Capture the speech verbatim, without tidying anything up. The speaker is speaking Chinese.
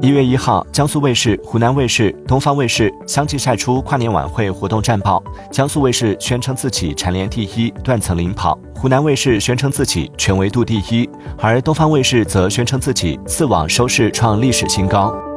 一月一号，江苏卫视、湖南卫视、东方卫视相继晒出跨年晚会活动战报。江苏卫视宣称自己蝉联第一，断层领跑；湖南卫视宣称自己全维度第一，而东方卫视则宣称自己四网收视创历史新高。